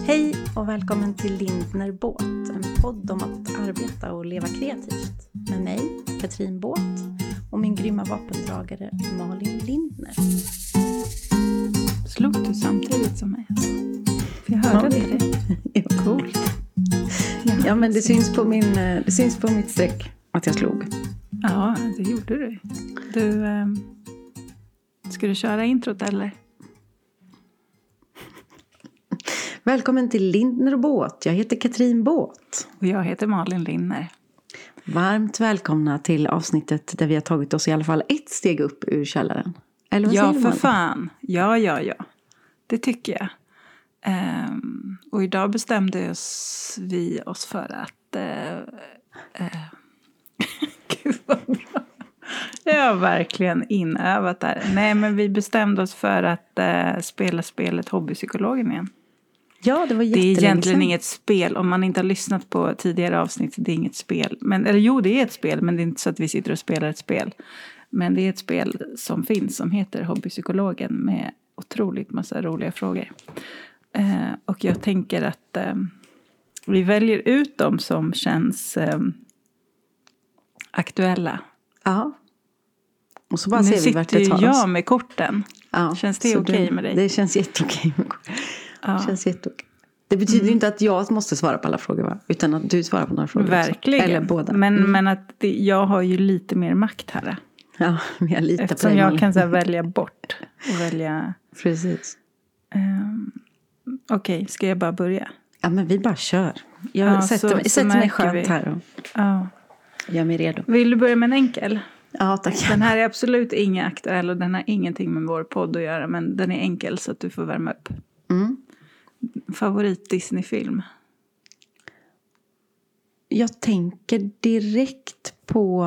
Hej och välkommen till Lindner Båt, en podd om att arbeta och leva kreativt. Med mig, Katrin Båt, och min grymma vapendragare Malin Lindner. Slog du samtidigt som mig? Alltså? För jag hörde det. Ja. Coolt. Ja, men det syns på mitt streck att jag slog. Ja, det gjorde du. Ska du köra introt eller? Välkommen till Lindner Båt. Jag heter Katrin Båt. Och jag heter Malin Lindner. Varmt välkomna till avsnittet där vi har tagit oss i alla fall ett steg upp ur källaren. Eller vad Ja, säger du, för Malin? fan. Ja. Det tycker jag. Och idag bestämde vi oss för att... Gud vad bra. Jag har verkligen inövat där. Nej, men vi bestämde oss för att spela spelet Hobbypsykologen igen. Ja, det var Det är jättelänge egentligen sedan. inget spel. Om man inte har lyssnat på tidigare avsnitt, det är inget spel. Det är ett spel, men det är inte så att vi sitter och spelar ett spel. Men det är ett spel som finns, som heter Hobbypsykologen, med otroligt massa roliga frågor. Och jag tänker att vi väljer ut dem som känns aktuella. Ja. Och så bara Nu ser vi vart det sitter tar ju oss. jag med korten. Ja, Känns det så okej med dig? Det känns jätteokej med kort. Ja. Det känns jätteokej. Det betyder inte att jag måste svara på alla frågor, va? Utan att du svarar på några frågor Verkligen. också. Eller båda. Men att jag har ju lite mer makt här. Ja, men jag litar Eftersom på dig, jag Malin. kan så här välja bort och välja... Precis. Okej, ska jag bara börja? Ja, men vi bara kör. Jag Ja, sätter så mig märker skönt vi. här och Ja. gör mig redo. Vill du börja med en enkel? Ja, tack. Den här är absolut inga aktuell och den har ingenting med vår podd att göra. Men den är enkel så att du får värma upp. Mm. Favorit Disney-film? Jag tänker direkt på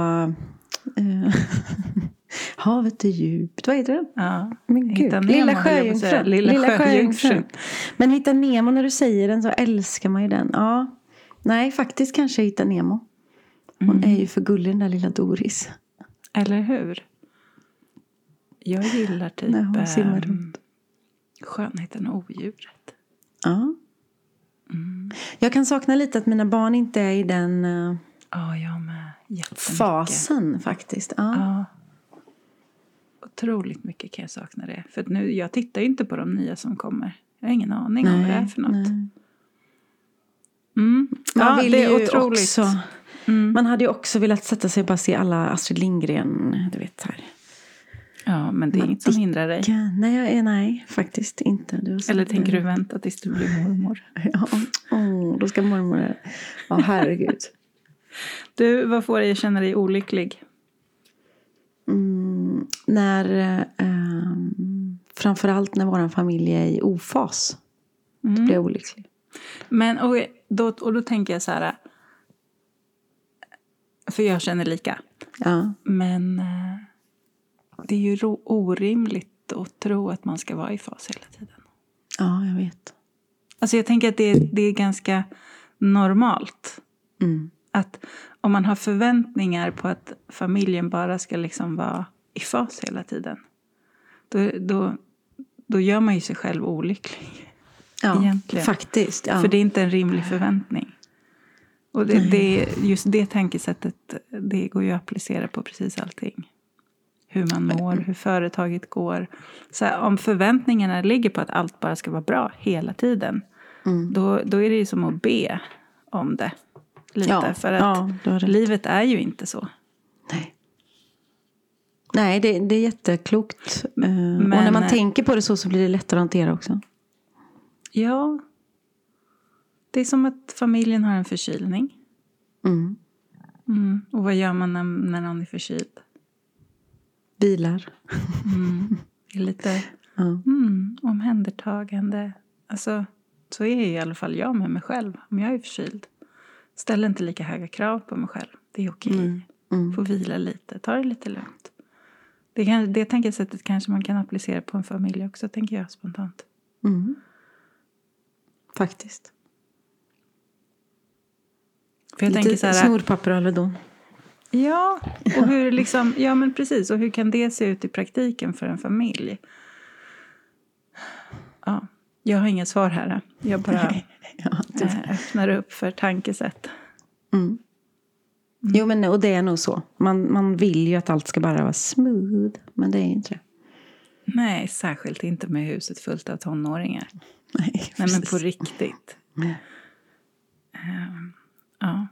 Havet är djupt. Vad heter den? Ja. Men gud. Hitta Nemo, Lilla höll jag på att säga. sjöjungfrun. Lilla sjöjungfrun. Men Hitta Nemo, när du säger den så älskar man ju den. Ja. Nej, faktiskt kanske Hitta Nemo. Hon är ju för gullig, den där lilla Doris. Eller hur? Jag gillar typ När hon simmar runt. Skönheten och odjuret. Ja. Jag kan sakna lite att mina barn inte är i den Ja, jag med. Jättemycket. fasen faktiskt. Ja. Ja. Otroligt mycket kan jag sakna det. För att nu, jag tittar ju inte på de nya som kommer. Jag har ingen aning om vad det är för något. Nej. Mm. Man Ja, vill det är ju otroligt. också. Man hade ju också velat sätta sig och bara se alla Astrid Lindgren, du vet här. Ja, men det är inget som hindrar dig. Nej, faktiskt inte. Du har sagt Eller tänker det. du vänta tills du blir mormor? Ja, då ska mormor. Ja, herregud. Du, vad får dig att känna dig olycklig? Framförallt när vår familj är i ofas. Då blir jag olycklig. Men, då tänker jag så här. För jag känner lika. Ja. Men det är ju orimligt att tro att man ska vara i fas hela tiden. Ja, jag vet. Alltså jag tänker att det är ganska normalt. Att om man har förväntningar på att familjen bara ska liksom vara i fas hela tiden. Då gör man ju sig själv olycklig. Ja, egentligen. faktiskt. Ja. För det är inte en rimlig förväntning. Och just det tankesättet, det går ju att applicera på precis allting. Hur man mår, hur företaget går. Så här, om förväntningarna ligger på att allt bara ska vara bra hela tiden. Då är det ju som att be om det. Lite. Ja, för att livet är ju inte så. Nej, det är jätteklokt. Och när man tänker på det så blir det lättare att hantera också. Ja. Det är som att familjen har en förkylning. Och vad gör man när någon är förkyld? Bilar. Det är lite omhändertagande. Alltså, så är i alla fall jag med mig själv. Om jag är förkyld. Ställer inte lika höga krav på mig själv. Det är okej. Får vila lite. Ta det lite lugnt. Det tänkesättet kanske man kan applicera på en familj också, tänker jag spontant. Faktiskt. För jag tänker så här, snorpapper eller då. Ja, och hur liksom, ja men precis, och hur kan det se ut i praktiken för en familj? Ja, Jag har inget svar här. Jag bara öppnar upp för tankesätt. Mm. Jo, men och det är nog så. Man vill ju att allt ska bara vara smooth. Men det är inte det. Nej, särskilt inte med huset fullt av tonåringar. Nej, men på riktigt. Ja.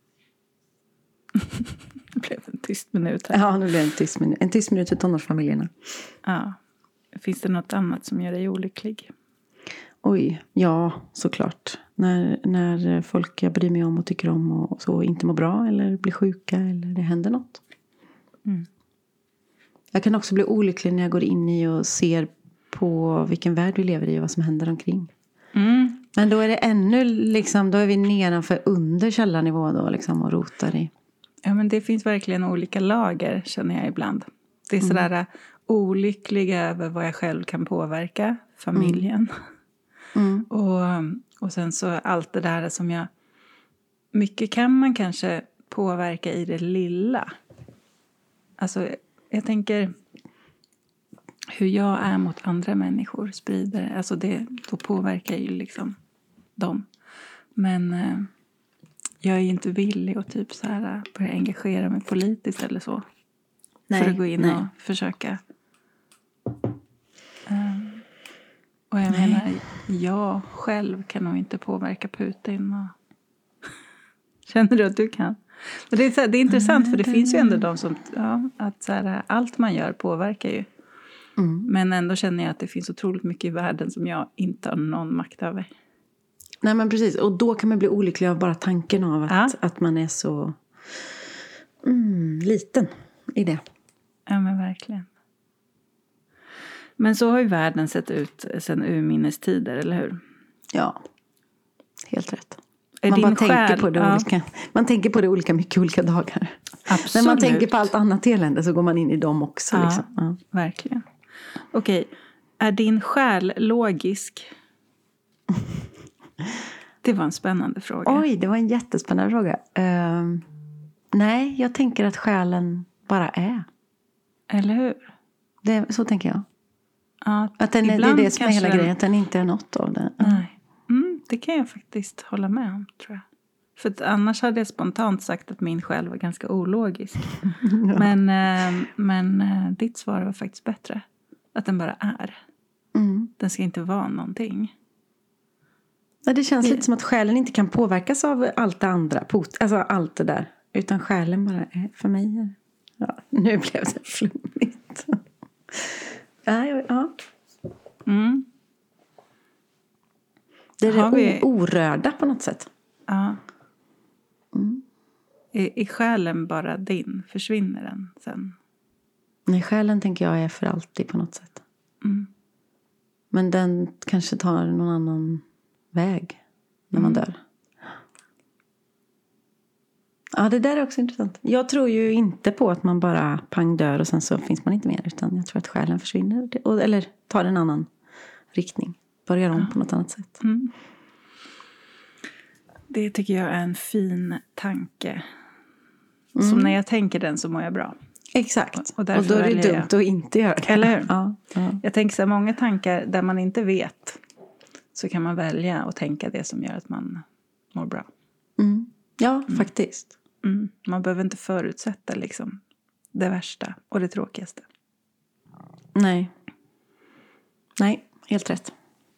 Det blev en tyst minut här. Ja, nu blev det en tyst minut. En tyst minut för tonårsfamiljerna. Ja. Finns det något annat som gör dig olycklig? Oj, ja, såklart. När folk jag bryr mig om och tycker om och så inte mår bra eller blir sjuka eller det händer något. Mm. Jag kan också bli olycklig när jag går in i och ser på vilken värld vi lever i och vad som händer omkring. Mm. Men då är det ännu liksom, då är vi nedanför under källarnivå då liksom och rotar i. Ja, men det finns verkligen olika lager, känner jag ibland. Det är sådär olyckliga över vad jag själv kan påverka, familjen. Mm. Och sen så allt det där som jag... Mycket kan man kanske påverka i det lilla. Alltså, jag tänker hur jag är mot andra människor sprider. Alltså då påverkar ju liksom dem. Men jag är ju inte villig att typ så här börja engagera mig politiskt eller så. Nej, för att gå in och försöka. Och jag menar, jag själv kan nog inte påverka Putin. Och känner du att du kan? Men det är intressant, för det finns ju ändå de som... Ja, att så här, allt man gör påverkar ju. Mm. Men ändå känner jag att det finns otroligt mycket i världen som jag inte har någon makt över. Nej, men precis. Och då kan man bli olycklig av bara tanken av att man är så liten i det. Ja, men verkligen. Men så har ju världen sett ut sedan urminnes-tider, eller hur? Ja, helt rätt. Är Man bara din tänker själ, på det olika. Man tänker på det olika mycket olika dagar. Absolut. När man tänker på allt annat elände så går man in i dem också. Ja, liksom. Ja. Verkligen. Okej, är din själ logisk? Det var en spännande fråga. Oj, det var en jättespännande fråga. Nej, jag tänker att själen bara är. Eller hur? Så tänker jag. Ja, Att det är det som är hela grejen, att den inte är något av det. Nej. Det kan jag faktiskt hålla med om, tror jag. För att annars hade jag spontant sagt att min själ var ganska ologisk. Ja. Men ditt svar var faktiskt bättre. Att den bara är. Den ska inte vara någonting. Ja, det känns lite som att själen inte kan påverkas av allt det andra. Alltså allt det där. Utan själen bara är för mig. Ja, nu blev det flummigt. Ja. Det är det orörda på något sätt. Ja. Är själen bara din? Försvinner den sen? Nej, själen tänker jag är för alltid på något sätt. Men den kanske tar någon annan väg när man dör. Ja, det där är också intressant. Jag tror ju inte på att man bara pang dör och sen så finns man inte mer. Utan jag tror att själen försvinner. Eller tar en annan riktning. Börjar om på något annat sätt. Det tycker jag är en fin tanke. Som när jag tänker den så mår jag bra. Exakt. Och då är det dumt att inte göra det. Eller hur? Ja. Jag tänker så här, många tankar där man inte vet. Så kan man välja att tänka det som gör att man mår bra. Ja, faktiskt. Man behöver inte förutsätta liksom det värsta och det tråkigaste. Nej, helt rätt.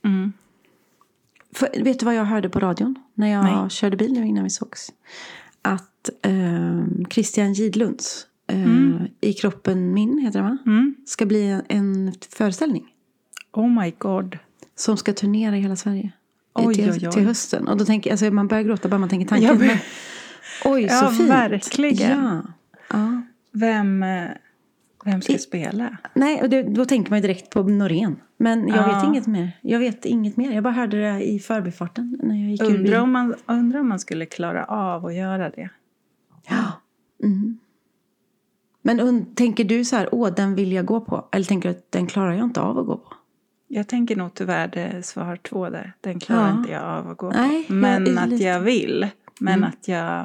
För, vet du vad jag hörde på radion när jag körde bil nu innan vi sågs? Att Christian Gidlunds I kroppen min, heter det va? Ska bli en föreställning. Oh my god. Som ska turnera i hela Sverige. Till hösten. Och då tänker alltså man börjar gråta bara man tänker tanken. Oj, så fint. Verkligen. Ja. Vem ska spela? Nej, och då tänker man ju direkt på Norén. Men jag vet inget mer. Jag bara hörde det i förbifarten när jag gick ur bilen. Undrar om man skulle klara av att göra det. Ja. Men tänker du så här, den vill jag gå på? Eller tänker du att den klarar jag inte av att gå på? Jag tänker nog tyvärr det svar 2 där. Den klarar inte jag av att gå Nej, på. Men att jag vill. Men att jag...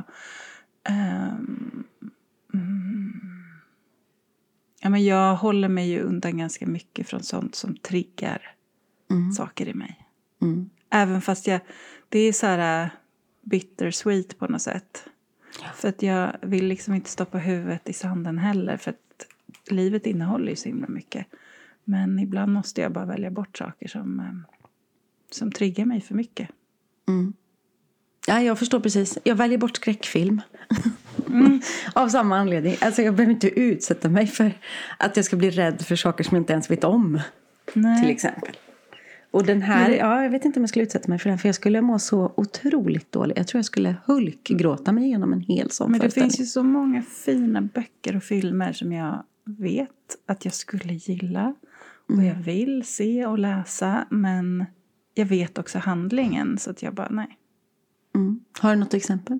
Ja, men jag håller mig ju undan ganska mycket från sånt som triggar saker i mig. Även fast det är så här bittersweet på något sätt. Ja. För att jag vill liksom inte stoppa huvudet i sanden heller. För att livet innehåller ju så himla mycket. Men ibland måste jag bara välja bort saker som triggar mig för mycket. Ja, jag förstår precis. Jag väljer bort skräckfilm. Av samma anledning. Alltså jag behöver inte utsätta mig för att jag ska bli rädd för saker som jag inte ens vet om. Nej. Till exempel. Och den här, jag vet inte om jag skulle utsätta mig för den. För jag skulle må så otroligt dåligt. Jag tror jag skulle hulkgråta mig igenom en hel sån föreställning. Men det finns ju så många fina böcker och filmer som jag vet att jag skulle gilla. Och jag vill se och läsa. Men jag vet också handlingen. Så att jag bara, nej. Har du något exempel?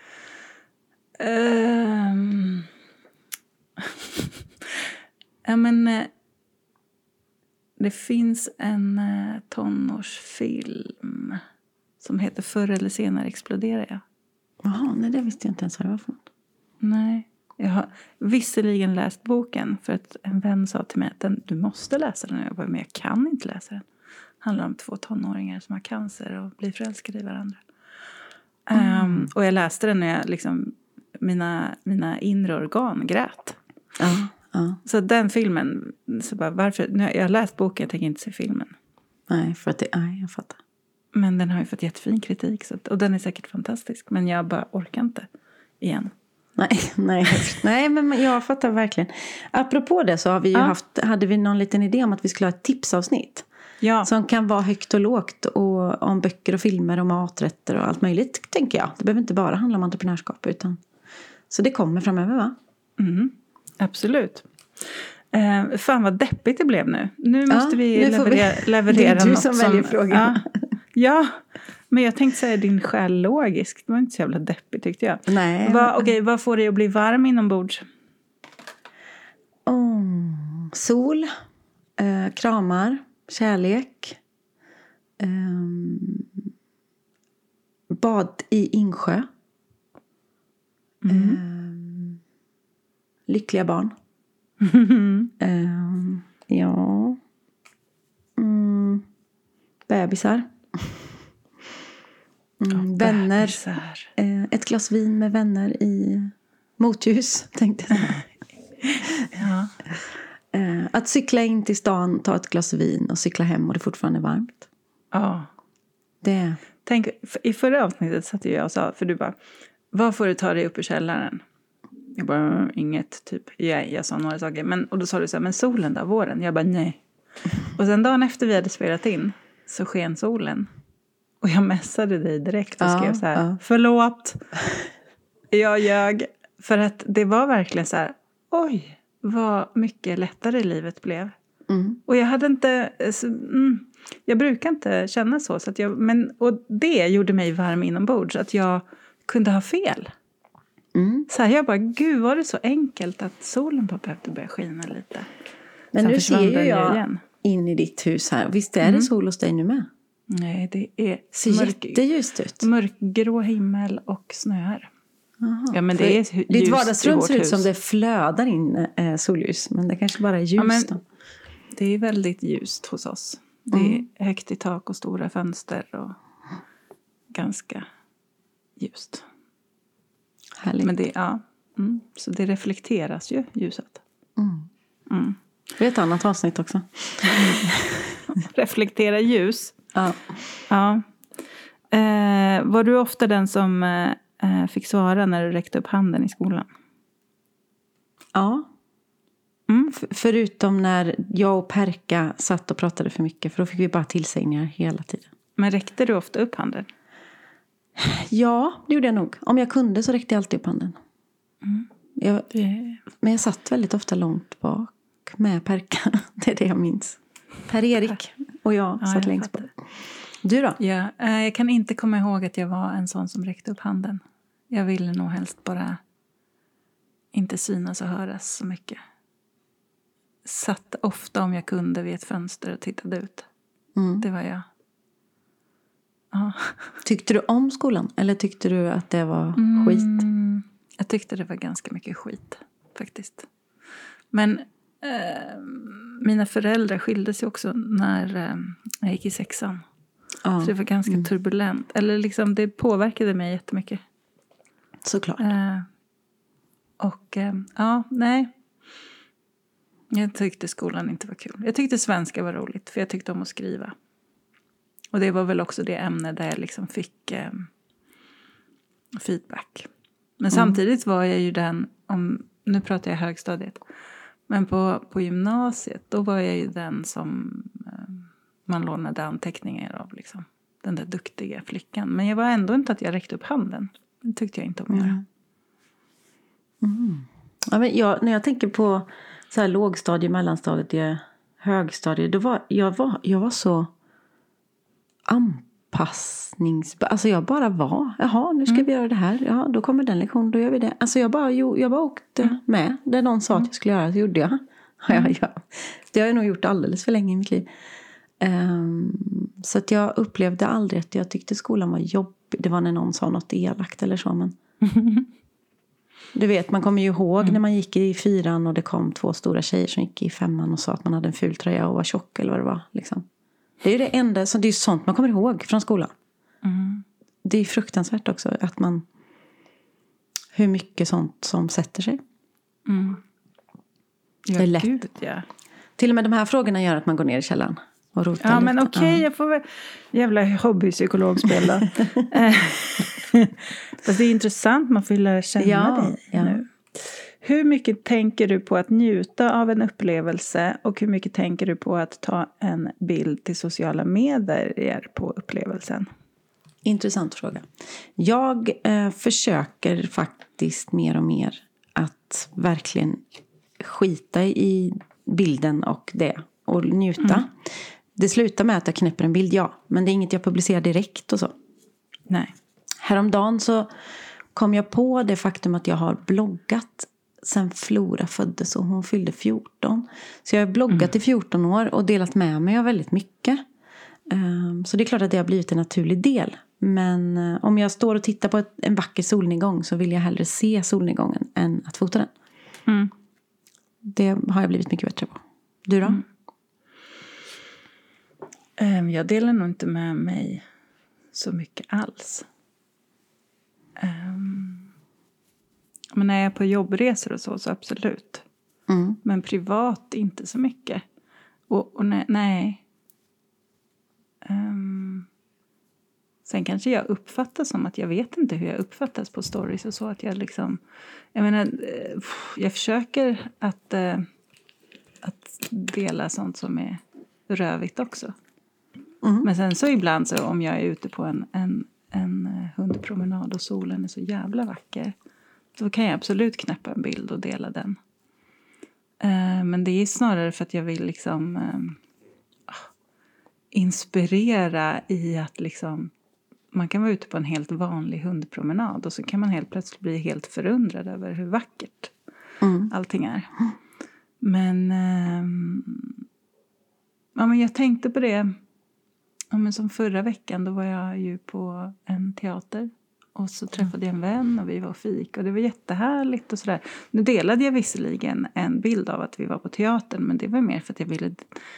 Ja, men det finns en tonårsfilm som heter Förr eller senare exploderar jag. Jaha, nej, det visste jag inte ens vad det var för något. Nej, jag har visserligen läst boken för att en vän sa till mig att du måste läsa den. Jag bara, men jag kan inte läsa den. Det handlar om 2 tonåringar som har cancer och blir förälskade i varandra. Och jag läste den när jag liksom, mina inre organ grät. Så den filmen, så bara, varför? Jag har läst boken, jag tänker inte se filmen. Nej, för att jag fattar. Men den har ju fått jättefin kritik. Och den är säkert fantastisk. Men jag bara orkar inte igen. Nej, men jag fattar verkligen. Apropå det så har vi ju hade vi någon liten idé om att vi skulle ha ett tipsavsnitt. Ja. Som kan vara högt och lågt. Och om böcker och filmer och maträtter och allt möjligt, tänker jag. Det behöver inte bara handla om entreprenörskap. Så det kommer framöver, va? Absolut. Fan vad deppigt det blev nu. Nu måste vi leverera det är du något som väljer frågan. Ja, men jag tänkte säga din själ logiskt. Det var inte så jävla deppigt, tyckte jag. Nej. Vad får dig att bli varm inombords? Sol. Kramar. Kärlek. Bad i insjö. Lyckliga barn. Bebisar. Vänner. Ett glas vin med vänner i motljus, tänkte jag. Ja. Att cykla in till stan, ta ett glas vin och cykla hem och det fortfarande är varmt. Ja. Det. Tänk, i förra avsnittet satt jag och sa, för du bara, vad får du ta dig upp ur källaren? Jag bara, inget, typ. Jag sa några saker. Och då sa du så här, men solen då, våren? Jag bara, nej. Och sen dagen efter vi hade spelat in så sken solen. Och jag messade dig direkt och skrev så här, förlåt. Jag ljög. För att det var verkligen så här, oj, vad mycket lättare livet blev. Och jag hade inte, jag brukar inte känna så. Att och det gjorde mig varm inombords, att jag kunde ha fel. Så här, jag bara, gud var det så enkelt att solen bara behövde börja skina lite. Men sen nu ser ju jag igen in i ditt hus här. Visst är det sol hos dig nu med? Nej, det är jätteljust ut. Mörkgrå himmel och snöar. Aha, ja, men det är ditt vardagsrum ser ut som det flödar in solljus. Men det kanske bara är ljus då. Det är väldigt ljust hos oss. Det är högt i tak och stora fönster och ganska ljust. Härligt. Men så det reflekteras ju ljuset. Det är ett annat avsnitt också. Reflektera ljus. Ja. Var du ofta den som fick svara när du räckte upp handen i skolan? Ja. Förutom när jag och Perka satt och pratade för mycket. För då fick vi bara tillsägningar hela tiden. Men räckte du ofta upp handen? Ja, det gjorde jag nog. Om jag kunde så räckte jag alltid upp handen. Men jag satt väldigt ofta långt bak med Perka. Det är det jag minns. Per-Erik och jag satt längst bak. Du då? Ja, jag kan inte komma ihåg att jag var en sån som räckte upp handen. Jag ville nog helst bara inte synas och höras så mycket. Satt ofta om jag kunde vid ett fönster och tittade ut. Det var jag. Ja. Tyckte du om skolan? Eller tyckte du att det var skit? Jag tyckte det var ganska mycket skit, faktiskt. Men mina föräldrar skilde sig också när jag gick i 6:an. Så det var ganska turbulent. Eller liksom, det påverkade mig jättemycket. Såklart. Nej. Jag tyckte skolan inte var kul. Jag tyckte svenska var roligt. För jag tyckte om att skriva. Och det var väl också det ämne där jag liksom fick feedback. Men samtidigt var jag ju nu pratar jag högstadiet. Men på gymnasiet, då var jag ju den som man lånade anteckningar av. Liksom. Den där duktiga flickan. Men jag var ändå inte att jag räckte upp handen. Det tyckte jag inte om att göra. Ja, men när jag tänker på så här lågstadie, mellanstadie, högstadie. Jag var så alltså jag bara var. Jaha, nu ska vi göra det här. Ja, då kommer den lektionen, då gör vi det. Alltså jag bara åkte med. Det någon sa att jag skulle göra, så gjorde jag. Ja. Det har jag nog gjort alldeles för länge i mitt liv. Så att jag upplevde aldrig att jag tyckte skolan var jobbig. Det var när någon sa något elakt eller så. Men du vet, man kommer ju ihåg när man gick i 4:an och det kom 2 stora tjejer som gick i 5:an och sa att man hade en ful tröja och var tjock eller vad det var. Liksom. Det är ju det enda, så det är sånt man kommer ihåg från skolan. Det är fruktansvärt också att hur mycket sånt som sätter sig. Ja, det är lätt. Gud, ja. Till och med de här frågorna gör att man går ner i källaren och rotar Ja, lite. men okej, jag får väl jävla hobbypsykologspel då. Fast det är intressant, man får lära känna dig nu. Hur mycket tänker du på att njuta av en upplevelse och hur mycket tänker du på att ta en bild till sociala medier på upplevelsen? Intressant fråga. Jag försöker faktiskt mer och mer att verkligen skita i bilden och det och njuta. Det slutar med att jag knäpper en bild, men det är inget jag publicerar direkt och så. Nej. Häromdagen så kom jag på det faktum att jag har bloggat sen Flora föddes och hon fyllde 14. Så jag har bloggat i 14 år och delat med mig av väldigt mycket. Så det är klart att det har blivit en naturlig del. Men om jag står och tittar på en vacker solnedgång så vill jag hellre se solnedgången än att fota den. Det har jag blivit mycket bättre på. Du då? Jag delar nog inte med mig så mycket alls. Men när jag är på jobbresor och så absolut. Men privat inte så mycket. Och nej. Sen kanske jag uppfattas som att jag vet inte hur jag uppfattas på stories och så. Att jag liksom, jag försöker att dela sånt som är rövigt också. Men sen så ibland så om jag är ute på en hundpromenad och solen är så jävla vacker. Så kan jag absolut knäppa en bild och dela den. Men det är snarare för att jag vill liksom inspirera i att liksom man kan vara ute på en helt vanlig hundpromenad och så kan man helt plötsligt bli helt förundrad över hur vackert allting är. Men men jag tänkte på det. Ja, men som förra veckan då var jag ju på en teater. Och så träffade jag en vän och vi var och fik. Och det var jättehärligt och sådär. Nu delade jag visserligen en bild av att vi var på teatern. Men det var mer för att jag ville...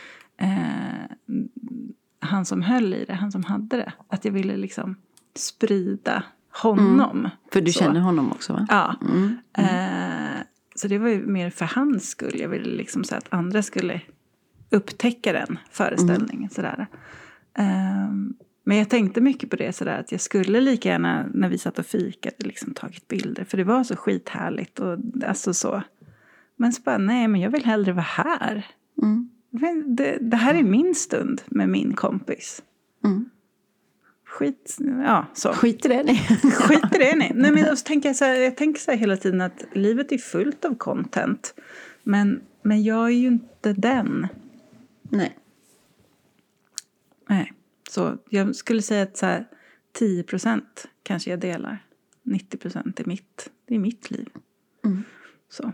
han som höll i det, han som hade det. Att jag ville liksom sprida honom. För du känner honom också, va? Ja. Så det var ju mer för hans skull. Jag ville liksom så att andra skulle upptäcka den föreställningen. Sådär. Men jag tänkte mycket på det sådär att jag skulle lika gärna när vi satt och fikade liksom tagit bilder. För det var så skithärligt och alltså så. Men så bara, nej men jag vill hellre vara här. Det här är min stund med min kompis. Så. Skit i det ni. Skit i det ni. Nej men då tänker jag tänker så här hela tiden att livet är fullt av content. Men jag är ju inte den. Nej. Så jag skulle säga att så här 10% kanske jag delar. 90% är mitt. Det är mitt liv. Så.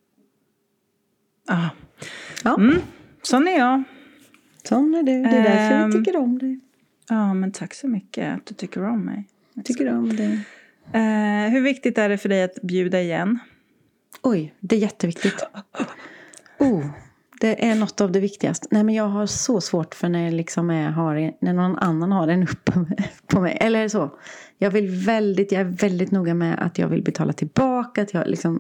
Ja. Sån är jag. Sån är du. Det är därför vi tycker om dig. Ja, men tack så mycket att du tycker om mig. Tycker om dig. Hur viktigt är det för dig att bjuda igen? Oj, det är jätteviktigt. Det är något av det viktigaste. Nej, men jag har så svårt för när jag liksom när någon annan har en uppe på mig. Eller så. Jag är väldigt noga med att jag vill betala tillbaka. Att jag liksom,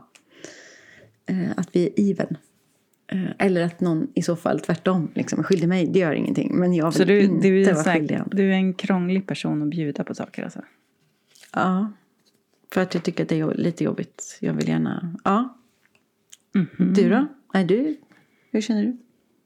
att vi är even. Eller att någon i så fall tvärtom liksom skyldig mig. Det gör ingenting. Men jag vill inte vara skyldig. Du är en krånglig person att bjuda på saker alltså? Ja. För att jag tycker att det är lite jobbigt. Jag vill gärna, ja. Mm-hmm. Du då? Hur känner du?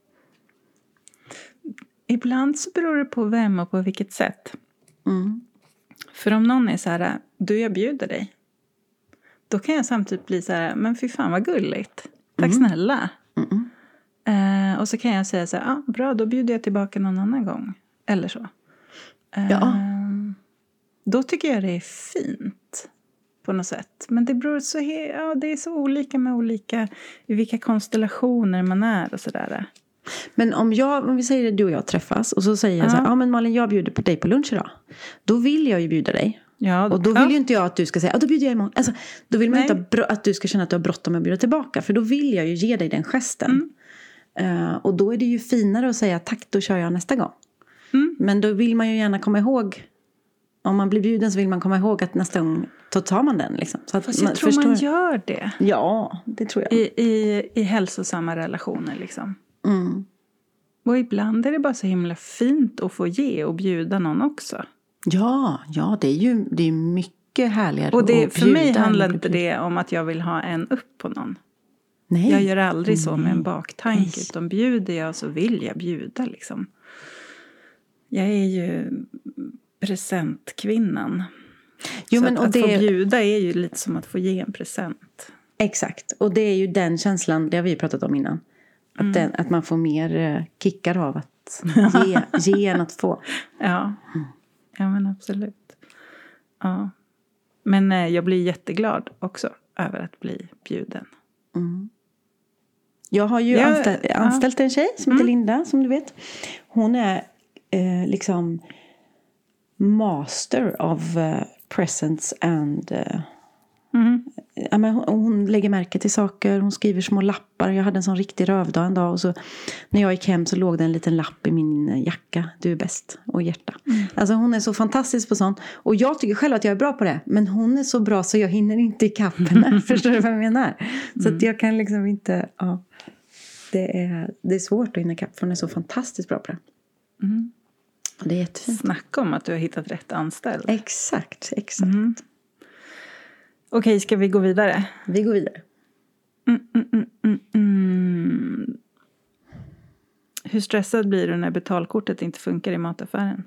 Ibland så beror det på vem och på vilket sätt. För om någon är så här, jag bjuder dig. Då kan jag samtidigt bli så här, men fy fan vad gulligt. Tack snälla. Och så kan jag säga så här, bra, då bjuder jag tillbaka någon annan gång. Eller så. Då tycker jag det är fint. På något sätt. Men det beror det är så olika med olika i vilka konstellationer man är och sådär. Men om vi säger att du och jag träffas och så säger jag så här, men Malin, jag bjuder på dig på lunch idag. Då vill jag ju bjuda dig. Ja, och då vill ju inte jag att du ska säga, då bjuder jag imorgon. Alltså, då vill man inte att du ska känna att du har bråttom med att bjuda tillbaka. För då vill jag ju ge dig den gesten. Och då är det ju finare att säga, tack, då kör jag nästa gång. Men då vill man ju gärna komma ihåg, om man blir bjuden så vill man komma ihåg att nästa gång då tar man den liksom. Så att fast jag tror man gör det. Ja, det tror jag. I hälsosamma relationer liksom. Och ibland är det bara så himla fint att få ge och bjuda någon också. Ja, det är ju mycket härligare och det, för mig handlar inte det om att jag vill ha en upp på någon. Nej. Jag gör aldrig så med en baktanke. Utan bjuder jag så vill jag bjuda liksom. Jag är ju presentkvinnan. Jo, men, att få bjuda är ju lite som att få ge en present. Exakt. Och det är ju den känslan, det har vi pratat om innan. Att man får mer kickar av att ge än att få. Ja. Ja, men absolut. Ja. Men jag blir jätteglad också över att bli bjuden. Jag har ju anställt en tjej som heter Linda, som du vet. Hon är liksom master of presents and ja, men hon lägger märke till saker, hon skriver små lappar. Jag hade en sån riktig rövdag en dag och så när jag gick hem så låg det en liten lapp i min jacka, du är bäst, och hjärta. Alltså hon är så fantastisk på sånt och jag tycker själv att jag är bra på det, men hon är så bra så jag hinner inte i kappen. Förstår du vad jag menar? Så att jag kan liksom inte, det är svårt att hinna i kapp för hon är så fantastiskt bra på det. Det är jättefint. Snacka om att du har hittat rätt anställd. Exakt. Okej, ska vi gå vidare? Vi går vidare. Hur stressad blir du när betalkortet inte funkar i mataffären?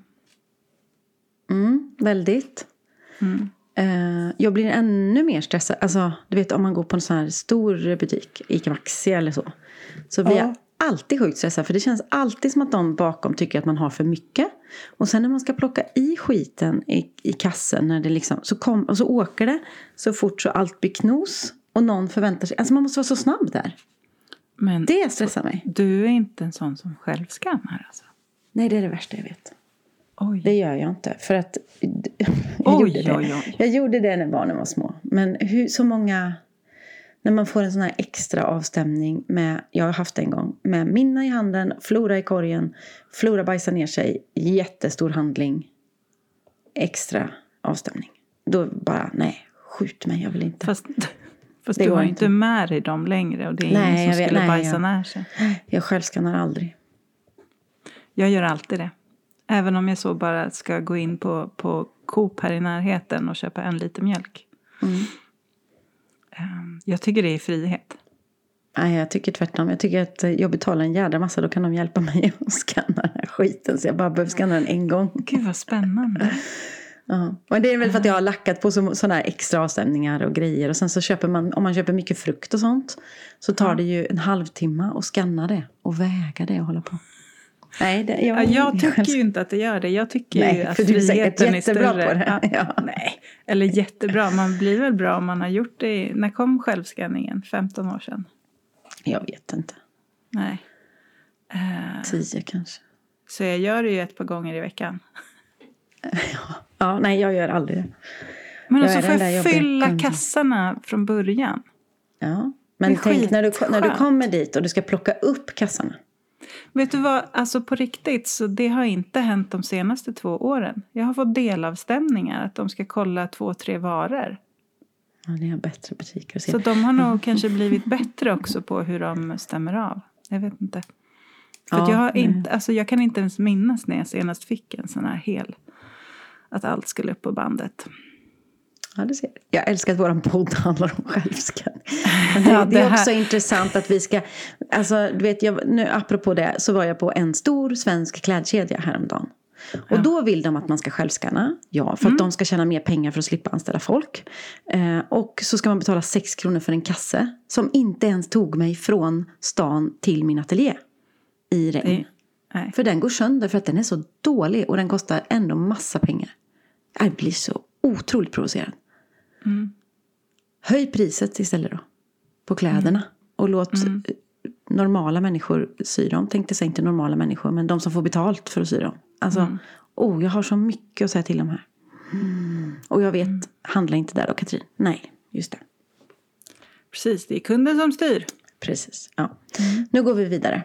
Väldigt. Jag blir ännu mer stressad. Alltså, du vet om man går på en sån här stor butik, ICA Maxi eller så blir jag alltid sjukt stressad. För det känns alltid som att de bakom tycker att man har för mycket. Och sen när man ska plocka i skiten i kassen när det liksom, och så åker det så fort så allt blir knos. Och någon förväntar sig, alltså man måste vara så snabb där. Men det stressar mig. Du är inte en sån som själv skannar alltså? Nej, det är det värsta jag vet. Oj. Det gör jag inte. För att jag gjorde det när barnen var små. Men så många, när man får en sån här extra avstämning med, jag har haft en gång, med Minna i handen, Flora i korgen, Flora bajsar ner sig, jättestor handling, extra avstämning. Då bara, nej, skjut mig, jag vill inte. Fast du har inte med dig dem längre och det är ingen som skulle bajsa ner sig. Jag självskannar aldrig. Jag gör alltid det. Även om jag så bara ska gå in på Coop här i närheten och köpa 1 liter mjölk. Jag tycker det är frihet. Nej, jag tycker tvärtom. Jag tycker att jag betalar en jävla massa. Då kan de hjälpa mig att skanna den här skiten. Så jag bara behöver skanna den en gång. Gud vad spännande. Ja. Och det är väl för att jag har lackat på sådana här extra avstämningar och grejer. Och sen så köper man, om man köper mycket frukt och sånt, så tar det ju en halvtimme att skanna det. Och väga det och hålla på. Nej, jag tycker ju inte att det gör det. Jag tycker ju att friheten är större. På det. Ja. Nej, eller jättebra. Man blir väl bra om man har gjort det. När kom självskanningen? 15 år sedan? Jag vet inte. Nej. 10 kanske. Så jag gör det ju ett par gånger i veckan. Ja, nej, jag gör aldrig det. Men så får jag fylla kassarna från början. Ja. Men tänk när du kommer dit och du ska plocka upp kassarna. Vet du vad, alltså på riktigt så det har inte hänt de senaste 2 åren. Jag har fått delavstämningar att de ska kolla 2-3 varor. Ja, det är bättre butiker att se. Så de har nog kanske blivit bättre också på hur de stämmer av. Jag vet inte. För att jag kan inte ens minnas när jag senast fick en sån här hel. Att allt skulle upp på bandet. Ja, det ser jag. Jag älskar att våran podd handlar om självskanning. Det är också intressant att vi ska... Alltså, du vet, nu apropå det så var jag på en stor svensk klädkedja häromdagen. Och då vill de att man ska självskanna. Ja, för att de ska tjäna mer pengar för att slippa anställa folk. Och så ska man betala 6 kronor för en kasse. Som inte ens tog mig från stan till min ateljé. I regn. Nej. För den går sönder för att den är så dålig. Och den kostar ändå massa pengar. Jag blir så otroligt provocerad. Höj priset istället då. På kläderna. Och låt normala människor sy dem. Tänkte säga inte normala människor. Men de som får betalt för att sy dem. Alltså, jag har så mycket att säga till om här. Och jag vet, handla inte där då, Katrin. Nej, just det. Precis, det är kunden som styr. Precis, ja. Nu går vi vidare.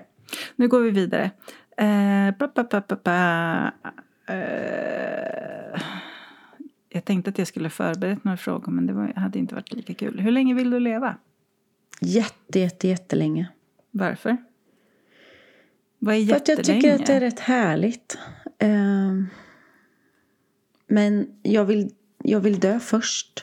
Jag tänkte att jag skulle förberett några frågor, men det hade inte varit lika kul. Hur länge vill du leva? Jättelänge. Varför? Vad är jättelänge? För att jag tycker att det är rätt härligt. Men jag vill dö först.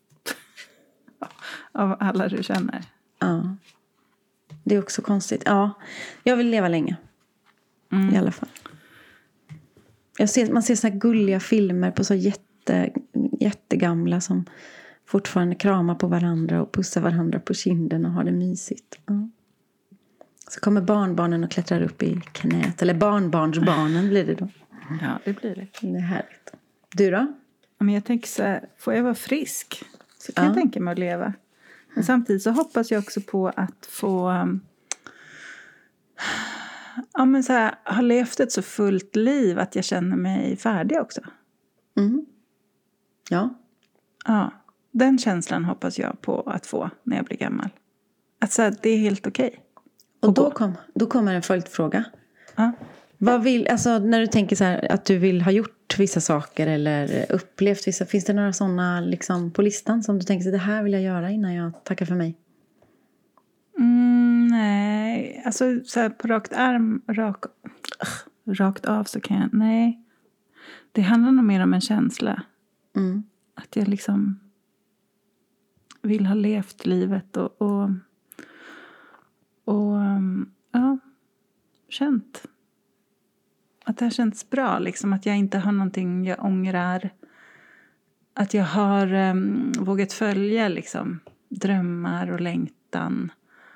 Av alla du känner? Ja. Det är också konstigt. Ja, jag vill leva länge. I alla fall. Man ser så här gulliga filmer på så jättegamla som fortfarande kramar på varandra och pussar varandra på kinden och har det mysigt. Ja. Så kommer barnbarnen och klättrar upp i knät. Eller barnbarnsbarnen blir det då. Ja, det blir det. Det är härligt. Du då? Men jag tänker så här, får jag vara frisk så kan jag tänka mig att leva. Men samtidigt så hoppas jag också på att få så här, ha levt ett så fullt liv att jag känner mig färdig också. Ja. Ja, den känslan hoppas jag på att få när jag blir gammal. Att så här, det är helt okej. Och då kommer en följdfråga. Ja. Vad alltså när du tänker så här att du vill ha gjort vissa saker eller upplevt vissa, finns det några sådana liksom på listan som du tänker så det här vill jag göra innan jag tackar för mig? Nej, alltså så här på rakt av så kan jag, nej. Det handlar nog mer om en känsla. Att jag liksom vill ha levt livet och känt att det har känts bra liksom, att jag inte har någonting jag ångrar, att jag har vågat följa liksom drömmar och längtan,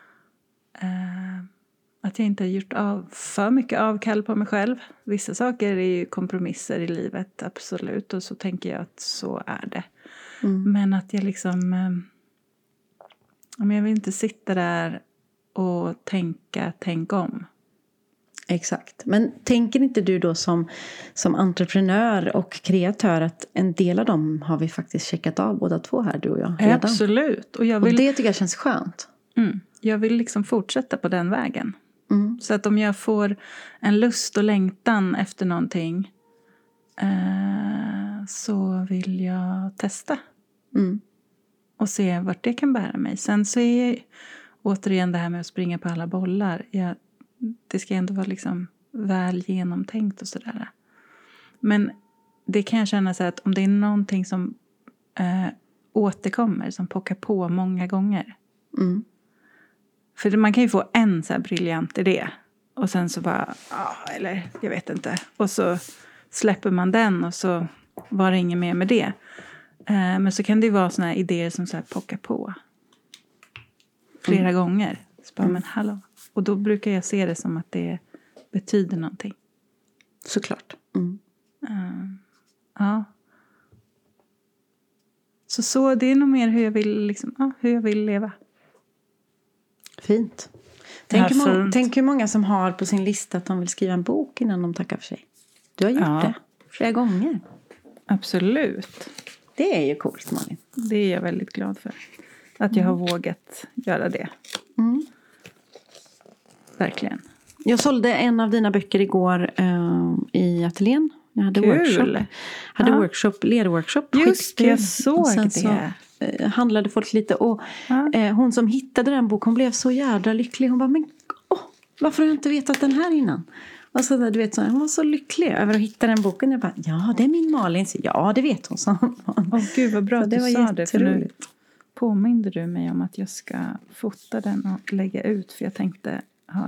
att jag inte har gjort för mycket avkall på mig själv. Vissa saker är ju kompromisser i livet, absolut, och så tänker jag att så är det. Men att jag liksom jag vill inte sitta där och tänk om. Exakt. Men tänker inte du då som entreprenör och kreatör att en del av dem har vi faktiskt checkat av båda två här, du och jag? Redan? Absolut. Och det tycker jag känns skönt. Jag vill liksom fortsätta på den vägen. Så att om jag får en lust och längtan efter någonting så vill jag testa. Och se vart det kan bära mig. Sen så är återigen det här med att springa på alla bollar. Det ska ändå vara liksom väl genomtänkt och sådär. Men det kan jag känna så att om det är någonting som återkommer, som pockar på många gånger. För man kan ju få en så här briljant idé. Och sen så bara, eller jag vet inte. Och så släpper man den och så var det inget mer med det. Men så kan det ju vara såna här idéer som så här pockar på. Flera gånger. Så bara, men hallå. Och då brukar jag se det som att det betyder någonting. Såklart. Ja. Så det är nog mer hur jag vill liksom, hur jag vill leva. Fint. Tänk hur många som har på sin lista att de vill skriva en bok innan de tackar för sig. Du har gjort det flera gånger. Absolut. Det är ju coolt, Malin. Det är jag väldigt glad för. Att jag har vågat göra det. Verkligen. Jag sålde en av dina böcker igår i ateljén. Jag hade workshop. Lerworkshop. Just det, jag såg det. Handlade folk lite. Och hon som hittade den boken, hon blev så jävla lycklig. Hon bara, men varför har jag inte vetat den här innan? Och så där, du vet, hon var så lycklig över att hitta den boken. Jag bara, ja, det är min Malin. Ja, det vet hon, sa hon. Gud, vad bra att du sa det. För nu påminde du mig om att jag ska fota den och lägga ut. För jag tänkte ha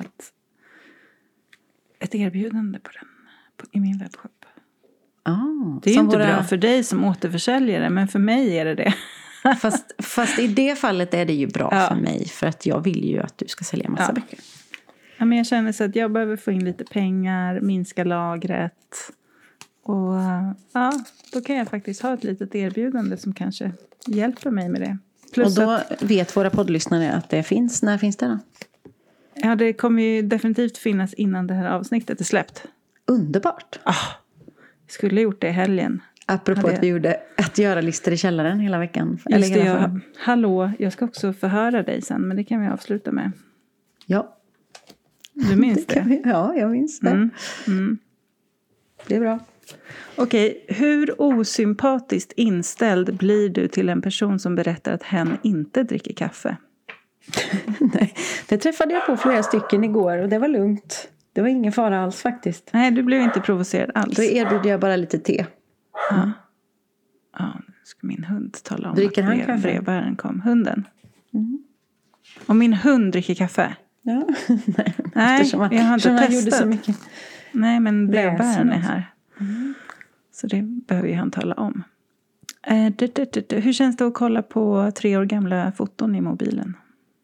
ett erbjudande på den i min webbshop. Det är ju inte bra för dig som återförsäljare, men för mig är det. Fast i det fallet är det ju bra för mig. För att jag vill ju att du ska sälja massa böcker. Ja, men jag känner så att jag behöver få in lite pengar, minska lagret. Och då kan jag faktiskt ha ett litet erbjudande som kanske hjälper mig med det. Plus och då vet våra poddlyssnare att det finns. När finns det då? Ja, det kommer ju definitivt finnas innan det här avsnittet är släppt. Underbart. Jag skulle ha gjort det i helgen. Apropå att vi gjorde att göra listor i källaren hela veckan. Just det, hallå, jag ska också förhöra dig sen, men det kan vi avsluta med. Ja. Du minns det? Ja, jag minns det. Det är bra. Okej, hur osympatiskt inställd blir du till en person som berättar att hen inte dricker kaffe? Nej, det träffade jag på flera stycken igår och det var lugnt. Det var ingen fara alls faktiskt. Nej, du blev inte provocerad alls. Då erbjuder jag bara lite te. Ja, nu ska min hund tala om dricker att han kaffe? Brevbäraren kom. Hunden. Och min hund dricker kaffe. Ja, nej, jag har inte testat. Gjorde så mycket. Nej, men brevbäraren är här. Så det behöver ju han tala om. Hur känns det att kolla på 3 år gamla foton i mobilen?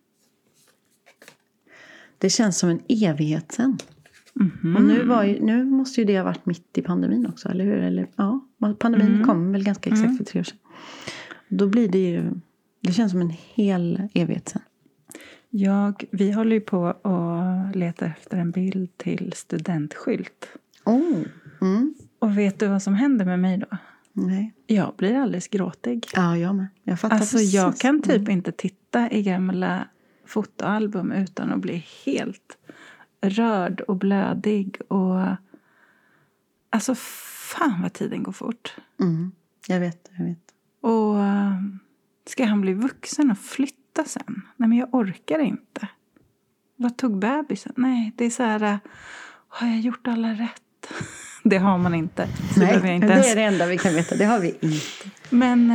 Det känns som en evighet sen. Och nu måste ju det ha varit mitt i pandemin också, eller hur? Eller, pandemin kom väl ganska exakt för 3 år sedan. Då blir det ju, det känns som en hel evighet sen. Vi håller ju på att leta efter en bild till studentskylt. Och vet du vad som händer med mig då? Nej. Jag blir alldeles gråtig. Ja, jag med. Jag fattar precis. Jag kan typ inte titta i gamla fotoalbum utan att bli helt rörd och blödig. Och alltså fan vad tiden går fort. Jag vet. Och ska han bli vuxen och flytta sen? Nej, men jag orkar inte. Vad tog bebisen? Nej, det är så här, har jag gjort alla rätt? Det har man inte. Så nej, jag inte det är det enda vi kan veta. Det har vi inte. Men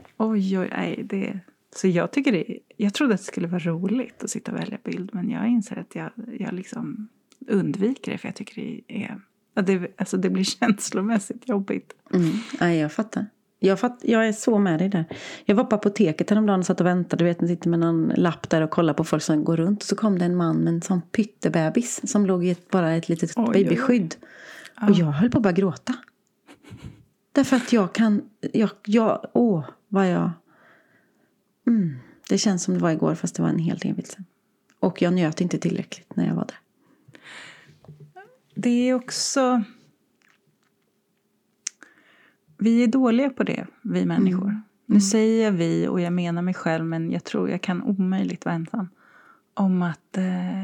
så jag tycker jag trodde att det skulle vara roligt att sitta och välja bild. Men jag inser att jag liksom undviker det. För jag tycker det blir känslomässigt jobbigt. Nej, jag fattar. Jag är så med dig där. Jag var på apoteket häromdagen och satt och väntade. Du vet, sitter med någon lapp där och kollar på folk som går runt. Och så kom det en man med en sån pyttebebis som låg i bara ett litet babyskydd. Och jag höll på att bara gråta. Därför att det känns som det var igår fast det var en helt evigt sen. Och jag njöt inte tillräckligt när jag var där. Det är också... Vi är dåliga på det, vi människor. Nu säger jag vi och jag menar mig själv, men jag tror jag kan omöjligt vara ensam om att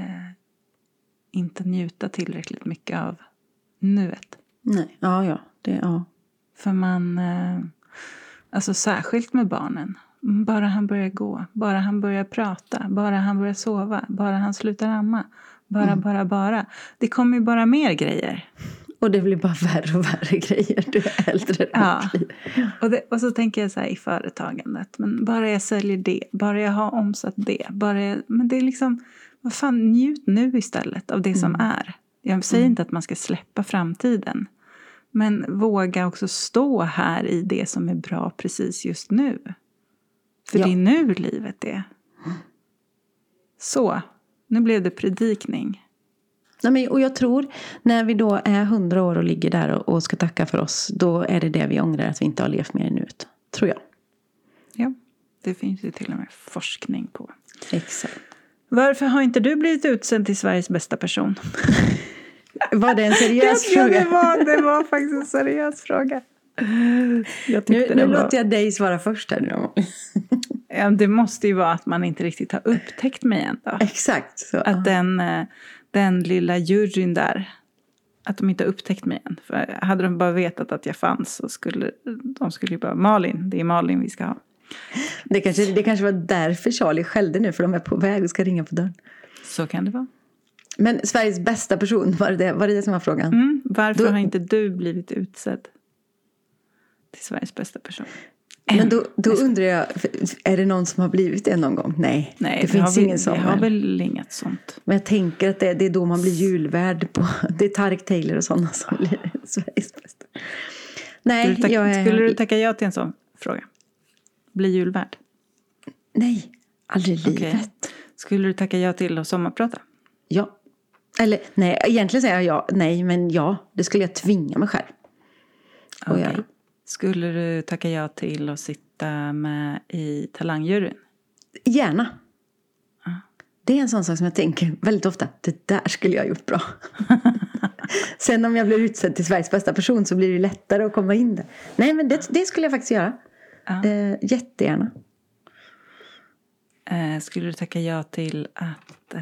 inte njuta tillräckligt mycket av nuet. Nej, För man, alltså särskilt med barnen, bara han börjar gå, bara han börjar prata, bara han börjar sova, bara han slutar amma, bara. Det kommer ju bara mer grejer. Och det blir bara värre och värre grejer. Du är äldre. Och så tänker jag så här i företagandet. Men bara jag säljer det. Bara jag har omsatt det. Men det är liksom... Vad fan, njut nu istället av det som är. Jag säger inte att man ska släppa framtiden. Men våga också stå här i det som är bra precis just nu. För det är nu livet är. Så, nu blev det predikning. Nej, och jag tror när vi då är 100 år och ligger där och ska tacka för oss, då är det vi ångrar att vi inte har levt mer nu. Tror jag. Ja, det finns ju till och med forskning på. Exakt. Varför har inte du blivit utsänd till Sveriges bästa person? Var det en seriös fråga? Det var faktiskt en seriös fråga. Nu låter jag dig svara först här. Ja, det måste ju vara att man inte riktigt har upptäckt mig än då. Exakt. Så. Att den lilla juryn där, att de inte har upptäckt mig än. För hade de bara vetat att jag fanns så skulle de ju bara, Malin, det är Malin vi ska ha. Det kanske var därför Charlie skällde nu, för de är på väg och ska ringa på dörren. Så kan det vara. Men Sveriges bästa person, var det som var frågan? Varför har inte du blivit utsedd till Sveriges bästa person? Men då undrar jag, är det någon som har blivit det någon gång? Nej, det finns ingen sån. Vi har väl inget sånt. Men jag tänker att det är då man blir julvärd på. Det är Tarek Taylor och sådana som blir Sveriges bästa. Nej, skulle du tacka ja till en sån fråga? Bli julvärd? Nej, aldrig i livet. Okay. Skulle du tacka ja till att sommarprata? Ja. Eller nej, egentligen säger jag ja. Nej, men ja, det skulle jag tvinga mig själv. Okay. Skulle du tacka ja till att sitta med i talangjuryn? Gärna. Det är en sån sak som jag tänker väldigt ofta. Det där skulle jag ha gjort bra. Sen om jag blir utsedd till Sveriges bästa person så blir det lättare att komma in där. Nej, men det skulle jag faktiskt göra. Jättegärna. Skulle du tacka ja till att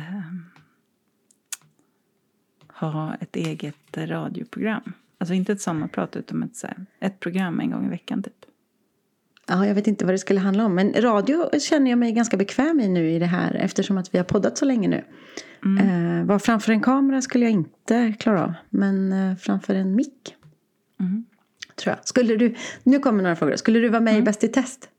ha ett eget radioprogram? Alltså inte ett sommarprat utan ett program en gång i veckan typ. Ja, jag vet inte vad det skulle handla om. Men radio känner jag mig ganska bekväm i nu i det här. Eftersom att vi har poddat så länge nu. Var framför en kamera skulle jag inte klara av. Men framför en mick. Tror jag. Nu kommer några frågor. Skulle du vara med i Bäst i test?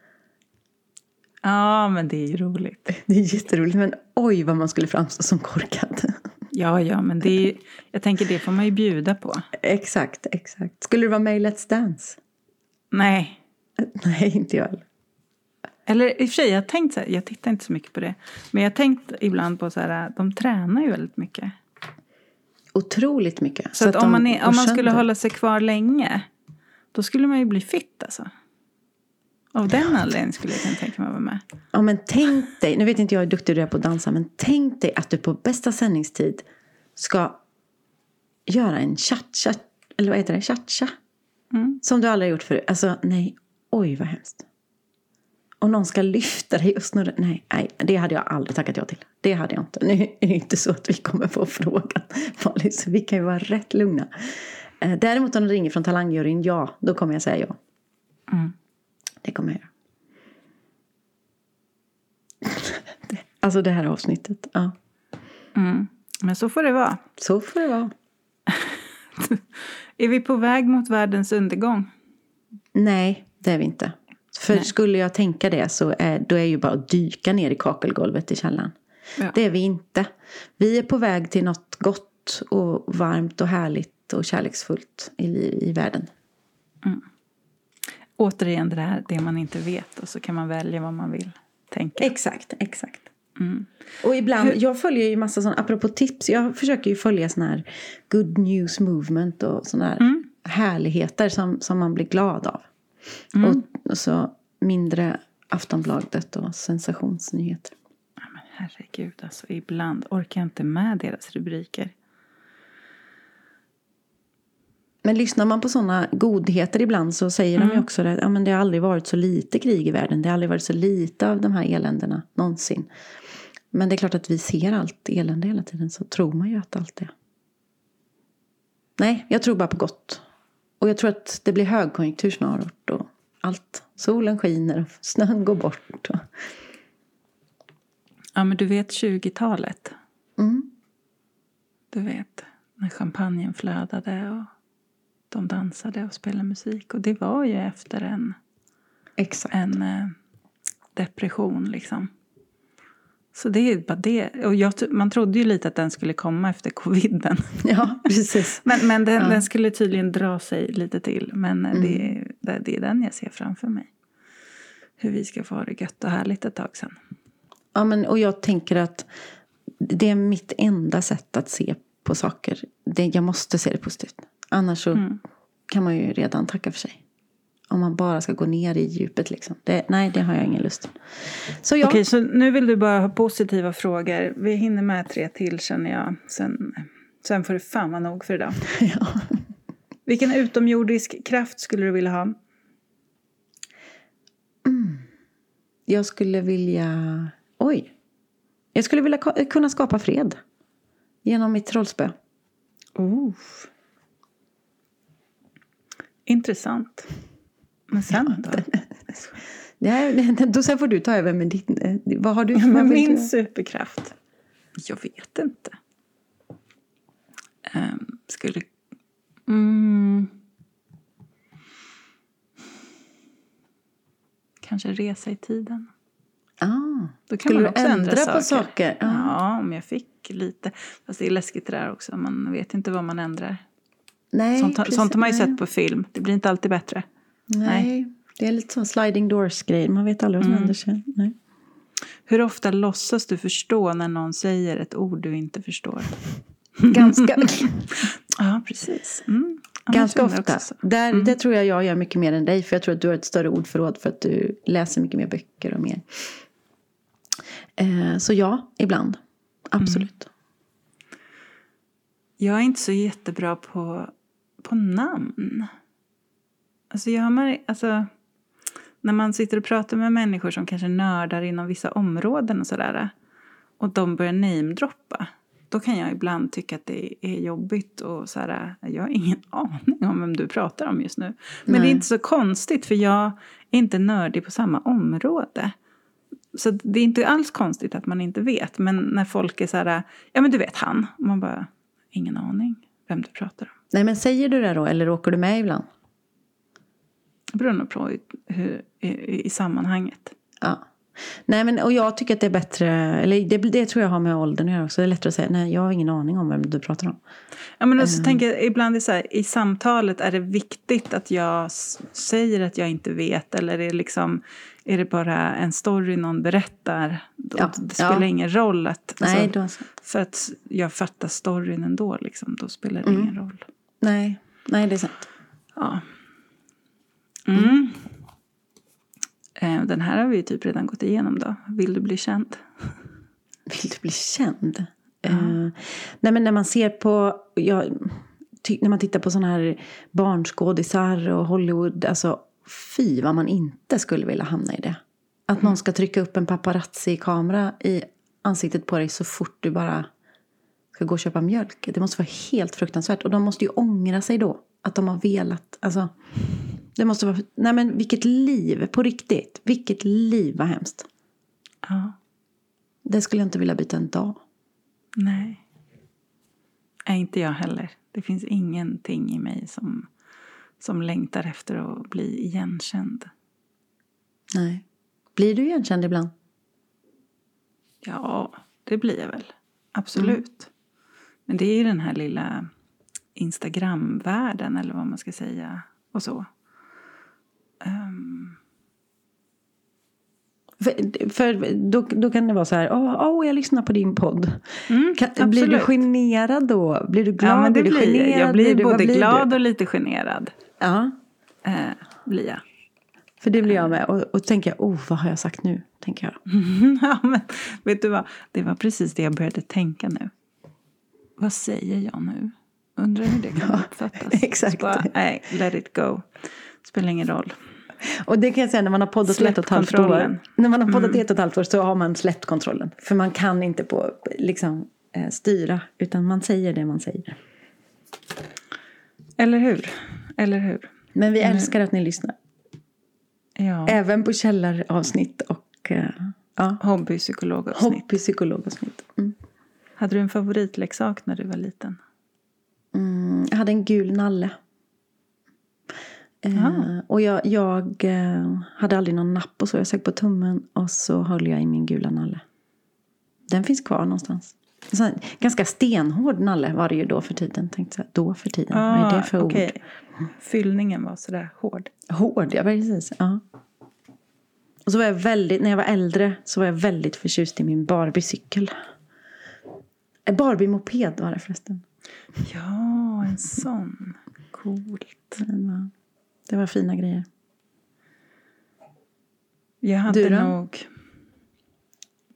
Ja, men det är ju roligt. Det är jätteroligt. Men oj vad man skulle framstå som korkad. Ja, men jag tänker det får man ju bjuda på. Exakt. Skulle du vara med i Let's Dance? Nej, inte jag heller. Eller i och för sig, jag har tänkt så här, jag tittar inte så mycket på det. Men jag har tänkt ibland på så här, de tränar ju väldigt mycket. Otroligt mycket. Så att om man skulle hålla sig kvar länge, då skulle man ju bli fit alltså. Av den anledningen skulle jag kunna tänka mig att vara med. Ja, men tänk dig, nu vet inte jag hur duktig du är på att dansa, men tänk dig att du på bästa sändningstid ska göra en cha-cha, eller vad heter det? Cha-cha. Som du aldrig har gjort förut. Alltså, nej, oj vad hemskt. Och någon ska lyfta dig och snurra. Nej, det hade jag aldrig tackat ja till. Det hade jag inte. Nu är det inte så att vi kommer få frågan. Så vi kan ju vara rätt lugna. Däremot om de ringer från talangjuryn, ja, då kommer jag säga ja. Det kommer jag göra. Alltså det här avsnittet, ja. Men så får det vara. Så får det vara. Är vi på väg mot världens undergång? Nej, det är vi inte. För skulle jag tänka det så då är ju bara att dyka ner i kakelgolvet i källaren. Ja. Det är vi inte. Vi är på väg till något gott och varmt och härligt och kärleksfullt i världen. Återigen det man inte vet, och så kan man välja vad man vill tänka. Exakt. Och ibland, jag följer ju massa sådana, apropå tips, jag försöker ju följa sådana här good news movement och sådana här härligheter som man blir glad av. Och så mindre Aftonbladet och sensationsnyheter. Ja, men herregud, alltså ibland orkar jag inte med deras rubriker. Men lyssnar man på sådana godheter ibland så säger de ju också det. Ja, men det har aldrig varit så lite krig i världen. Det har aldrig varit så lite av de här eländerna någonsin. Men det är klart att vi ser allt elände hela tiden. Så tror man ju att allt är. Nej, jag tror bara på gott. Och jag tror att det blir högkonjunktur snart. Och allt. Solen skiner och snön går bort. Och... Ja, men du vet 20-talet. Du vet, när champagnen flödade och de dansade och spelade musik. Och det var ju efter en depression liksom. Så det är bara det. Och man trodde ju lite att den skulle komma efter coviden. Ja, precis. men den skulle tydligen dra sig lite till. Men det är den jag ser framför mig. Hur vi ska få ha det gött och härligt ett tag sedan. Ja, men och jag tänker att det är mitt enda sätt att se på saker. Jag måste se det positivt. Annars så kan man ju redan tacka för sig. Om man bara ska gå ner i djupet liksom. Det har jag ingen lust. Så Okej, så nu vill du bara ha positiva frågor. Vi hinner med 3 till känner jag. Sen får det fan vara nog för idag. Ja. Vilken utomjordisk kraft skulle du vilja ha? Jag skulle vilja... Jag skulle vilja kunna skapa fred. Genom mitt trollspö. Intressant. Men sen då? Då sen får du ta över med din... Vad har du? Med min superkraft? Jag vet inte. Skulle... Kanske resa i tiden. Då kan skulle man också du ändra på saker. Ja, om jag fick lite. Fast det är läskigt det där också. Man vet inte vad man ändrar. Nej, sånt har man ju sett på film. Det blir inte alltid bättre. Nej. Det är lite sån sliding doors-grej. Man vet aldrig vad som händer sig. Nej. Hur ofta låtsas du förstå när någon säger ett ord du inte förstår? Ganska. Ja, precis. Ganska ofta. Det tror jag gör mycket mer än dig. För jag tror att du har ett större ordförråd. För att du läser mycket mer böcker och mer. Så ja, ibland. Absolut. Jag är inte så jättebra på namn. Alltså, när man sitter och pratar med människor som kanske nördar inom vissa områden och sådär. Och de börjar namedroppa. Då kan jag ibland tycka att det är jobbigt. Och såhär, jag har ingen aning om vem du pratar om just nu. Men det är inte så konstigt, för jag är inte nördig på samma område. Så det är inte alls konstigt att man inte vet. Men när folk är såhär, ja men du vet han. Och man bara, ingen aning vem du pratar om. Nej, men säger du det då? Eller åker du med ibland? Det beror nog på i sammanhanget. Ja. Nej, men och jag tycker att det är bättre, eller det tror jag har med åldern att göra också. Det är lättare att säga, nej, jag har ingen aning om vem du pratar om. Ja, men så tänker jag, ibland är det så här, i samtalet är det viktigt att jag säger att jag inte vet, eller är det bara en story någon berättar, det spelar ingen roll att, nej, då för att jag fattar storyn ändå då spelar det ingen roll. Nej, det är sant. Ja. Den här har vi ju typ redan gått igenom då. Vill du bli känd? Vill du bli känd? Nej, men när man ser på... när man tittar på såna här barnskådisar och Hollywood. Alltså, fy vad man inte skulle vilja hamna i det. Att någon ska trycka upp en paparazzi-kamera i ansiktet på dig så fort du bara ska gå och köpa mjölk. Det måste vara helt fruktansvärt. Och de måste ju ångra sig då. Att de har velat... Alltså... Det måste vara... Nej, men vilket liv, på riktigt. Vilket liv, vad hemskt. Ja. Det skulle jag inte vilja byta en dag. Nej. Inte jag heller. Det finns ingenting i mig som längtar efter att bli igenkänd. Nej. Blir du igenkänd ibland? Ja, det blir jag väl. Absolut. Men det är ju den här lilla Instagram-världen, eller vad man ska säga. Och så. För då kan det vara så här, jag lyssnar på din podd. Blir du generad då? Blir du glad? Ja, men det blir du generad? Jag blir både glad du? och lite generad. Ja. Blir jag. För det blir jag med. Och tänker jag, vad har jag sagt nu? Tänker jag. Ja, men vet du vad? Det var precis det jag började tänka nu. Vad säger jag nu? Undrar hur det kan uppfattas. Exakt. Bara, nej, let it go. Spelar ingen roll. Och det kan jag säga, när man har poddat 1,5 år. När man har poddat 1,5 år så har man släppt kontrollen. För man kan inte styra. Utan man säger det man säger. Eller hur? Men vi älskar att ni lyssnar. Ja. Även på källaravsnitt och hobbypsykologavsnitt. Hade du en favoritleksak när du var liten? Jag hade en gul nalle. Och jag hade aldrig någon napp och så. Jag sög på tummen och så höll jag i min gula nalle. Den finns kvar någonstans. Så, ganska stenhård nalle var det ju då för tiden. Tänkte jag, då för tiden. Vad är det för ord? Fyllningen var sådär hård. Hård, ja precis. Ja. Och så var jag när jag var äldre så var jag väldigt förtjust i min Barbie-cykel. Barbie-moped var det förresten. Ja, en sån. Coolt. Det var fina grejer. Jag hade nog...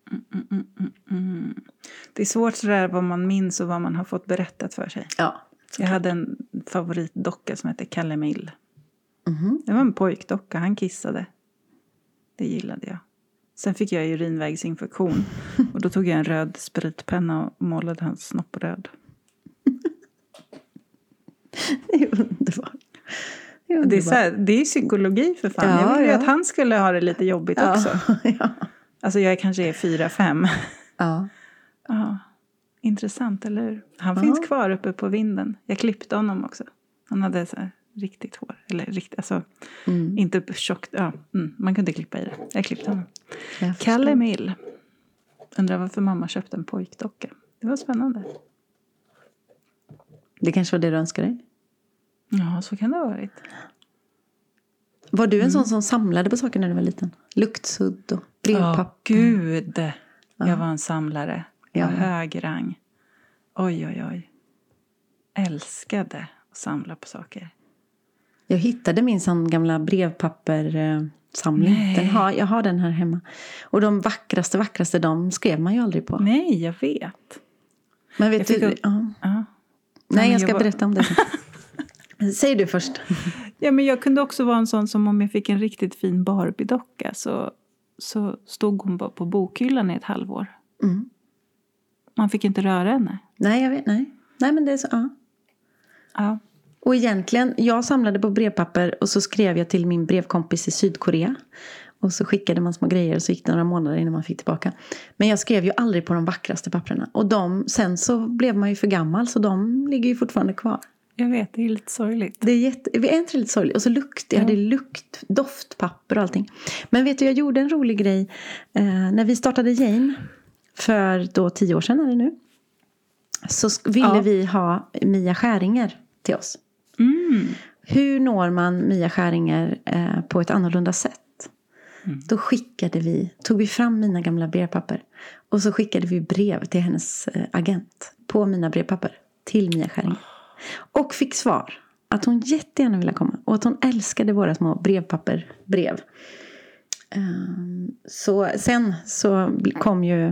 Det är svårt sådär vad man minns och vad man har fått berättat för sig. Ja, Jag hade en favoritdocka som hette Kalle Mill. Mhm. Det var en pojkdocka, han kissade. Det gillade jag. Sen fick jag urinvägsinfektion. Och då tog jag en röd spritpenna och målade hans snopp röd. Det är underbart. Det är, så här, det är psykologi för fan. Jag ville ju att han skulle ha det lite jobbigt också. Ja. Alltså jag kanske är 4-5. Ja. Ja. Intressant, eller hur? Han finns kvar uppe på vinden. Jag klippte honom också. Han hade så här riktigt hår. Eller riktigt, alltså inte tjockt. Ja, man kunde klippa i det. Jag klippte honom. Kalle Mill. Undrar varför mamma köpte en pojkdocka. Det var spännande. Det kanske var det du önskade dig? Ja, så kan det ha varit. Var du en sån som samlade på saker när du var liten? Luktsudd och brevpapper? Gud. Jag var en samlare. Ja. Hög rang. Oj. Älskade att samla på saker. Jag hittade min sån gamla brevpappersamling. Jag har den här hemma. Och de vackraste, de skrev man ju aldrig på. Nej, jag vet. Men vet du... Nej, jag ska berätta om det. Säg du först. Ja, men jag kunde också vara en sån som om jag fick en riktigt fin Barbie-docka så stod hon bara på bokhyllan i ett halvår. Mm. Man fick inte röra henne. Nej, jag vet. Nej, men det är så. Ja. Och egentligen, jag samlade på brevpapper och så skrev jag till min brevkompis i Sydkorea. Och så skickade man små grejer och så gick det några månader innan man fick tillbaka. Men jag skrev ju aldrig på de vackraste papperna. Och sen så blev man ju för gammal så de ligger ju fortfarande kvar. Jag vet, det är lite sorgligt. Det är inte lite sorgligt. Och så jag hade doftpapper och allting. Men vet du, jag gjorde en rolig grej. När vi startade Jane för då 10 år sedan är det nu. Så ville vi ha Mia Skäringer till oss. Mm. Hur når man Mia Skäringer på ett annorlunda sätt? Då tog vi fram mina gamla brevpapper. Och så skickade vi brev till hennes agent på mina brevpapper till Mia Skäringer. Och fick svar att hon jättegärna ville komma. Och att hon älskade våra små brev. Så sen så kom ju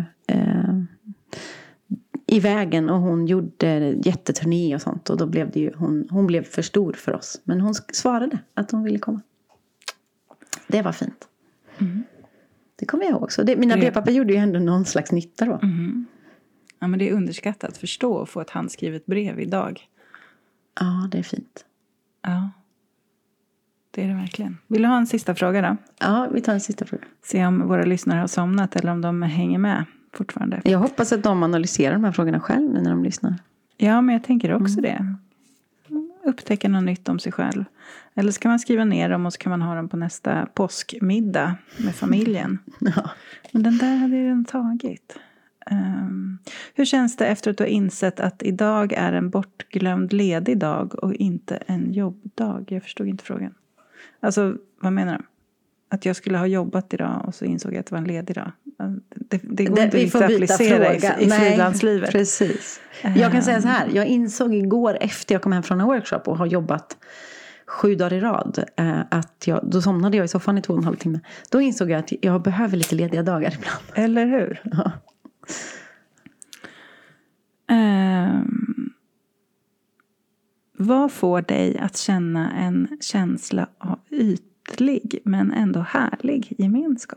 i vägen och hon gjorde jätteturné och sånt. Och då blev det ju, hon blev för stor för oss. Men hon svarade att hon ville komma. Det var fint. Mm. Det kommer jag ihåg också. Mina brevpapper gjorde ju ändå någon slags nytta då. Mm. Ja, men det är underskattat att förstå och få ett handskrivet brev idag. Ja, det är fint. Ja, det är det verkligen. Vill du ha en sista fråga då? Ja, vi tar en sista fråga. Se om våra lyssnare har somnat eller om de hänger med fortfarande. Jag hoppas att de analyserar de här frågorna själv när de lyssnar. Ja, men jag tänker också det. Upptäcka något nytt om sig själv. Eller så kan man skriva ner dem och så kan man ha dem på nästa påskmiddag med familjen. Ja. Men den där hade jag redan tagit. Hur känns det efter att du har insett att idag är en bortglömd ledig dag och inte en jobbdag? Jag förstod inte frågan. Alltså, vad menar du? Att jag skulle ha jobbat idag och så insåg jag att det var en ledig dag. Det går inte att applicera i frilanslivet. Precis. Jag kan säga så här. Jag insåg igår efter jag kom hem från en workshop och har jobbat 7 dagar i rad. Då somnade jag i soffan i 2,5 timmar. Då insåg jag att jag behöver lite lediga dagar ibland. Eller hur? Ja. Vad får dig att känna en känsla av ytlig men ändå härlig gemenskap?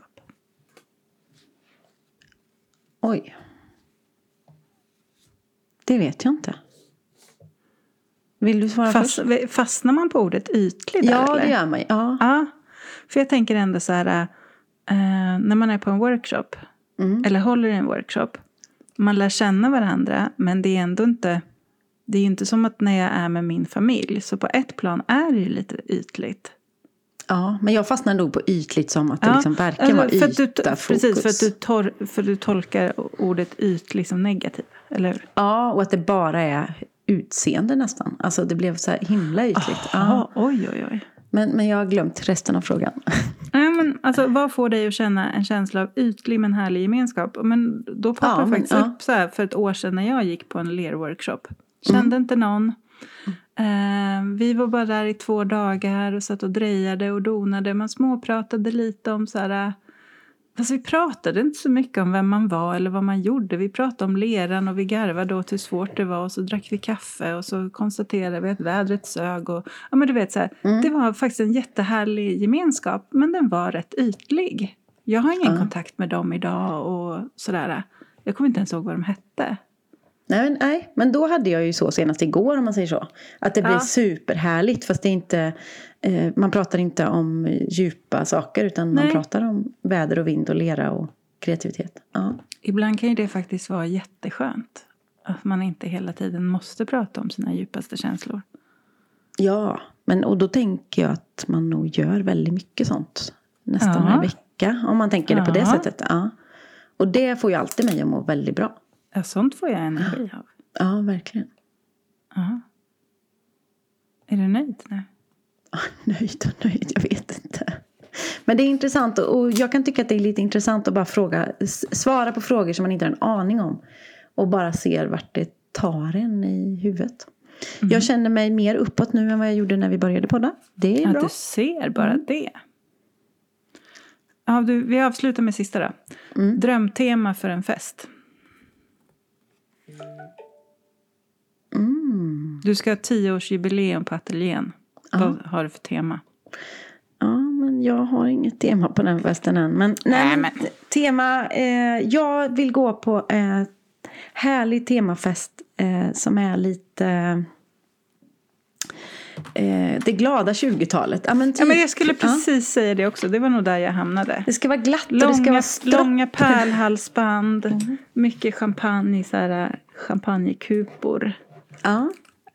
Oj. Det vet jag inte. Vill du svara först? Fastnar man på ordet ytlig där? Ja, eller? det gör man. Ja, för jag tänker ändå så här. När man är på en workshop. Eller håller i en workshop. Man lär känna varandra. Men det är ändå inte. Det är ju inte som att när jag är med min familj. Så på ett plan är det ju lite ytligt. Ja, men jag fastnar nog på ytligt som att det liksom verkar vara yta, fokus. Precis, för att du tolkar ordet ytlig som negativt, eller hur? Ja, och att det bara är utseende nästan. Alltså det blev så här himla ytligt. Ja. Oj. Men jag har glömt resten av frågan. Nej, men alltså vad får dig att känna en känsla av ytlig men härlig gemenskap? Men då poppar det faktiskt upp så här för ett år sedan när jag gick på en lerworkshop. Kände inte någon. Vi var bara där i 2 dagar och satt och drejade och donade. Man småpratade lite om så här, Fast vi pratade inte så mycket om vem man var eller vad man gjorde. Vi pratade om leran och vi garvade åt hur svårt det var. Och så drack vi kaffe och så konstaterade vi att vädret sög. Och, ja, men du vet så här, det var faktiskt en jättehärlig gemenskap. Men den var rätt ytlig. Jag har ingen kontakt med dem idag och sådär. Jag kommer inte ens ihåg vad de hette. Nej, men då hade jag ju så senast igår, om man säger så. Att det blir superhärligt, fast det är inte, man pratar inte om djupa saker, utan man pratar om väder och vind och lera och kreativitet. Ja. Ibland kan ju det faktiskt vara jätteskönt. Att man inte hela tiden måste prata om sina djupaste känslor. Ja, och då tänker jag att man nog gör väldigt mycket sånt. Nästan varje vecka, om man tänker det på det sättet. Ja. Och det får ju alltid mig att må väldigt bra. Ja, sånt får jag energi av. Ja, verkligen. Ja. Är du nöjd nu? Ja, nöjd, jag vet inte. Men det är intressant, och jag kan tycka att det är lite intressant att bara svara på frågor som man inte har en aning om. Och bara ser vart det tar en i huvudet. Jag känner mig mer uppåt nu än vad jag gjorde när vi började podda. Det är bra. Du ser bara det. Ja, vi avslutar med sista då. Drömtema för en fest. Du ska ha 10-årsjubileum på ateljén. Vad har du för tema? Ja, men jag har inget tema på den festen än. Men tema, jag vill gå på härlig temafest som är lite det glada 20-talet. Ja, men jag skulle precis säga det också. Det var nog där jag hamnade. Det ska vara glatt och det ska vara stropp. Långa pärlhalsband. Mycket champagne, så här champagnekupor. Ja.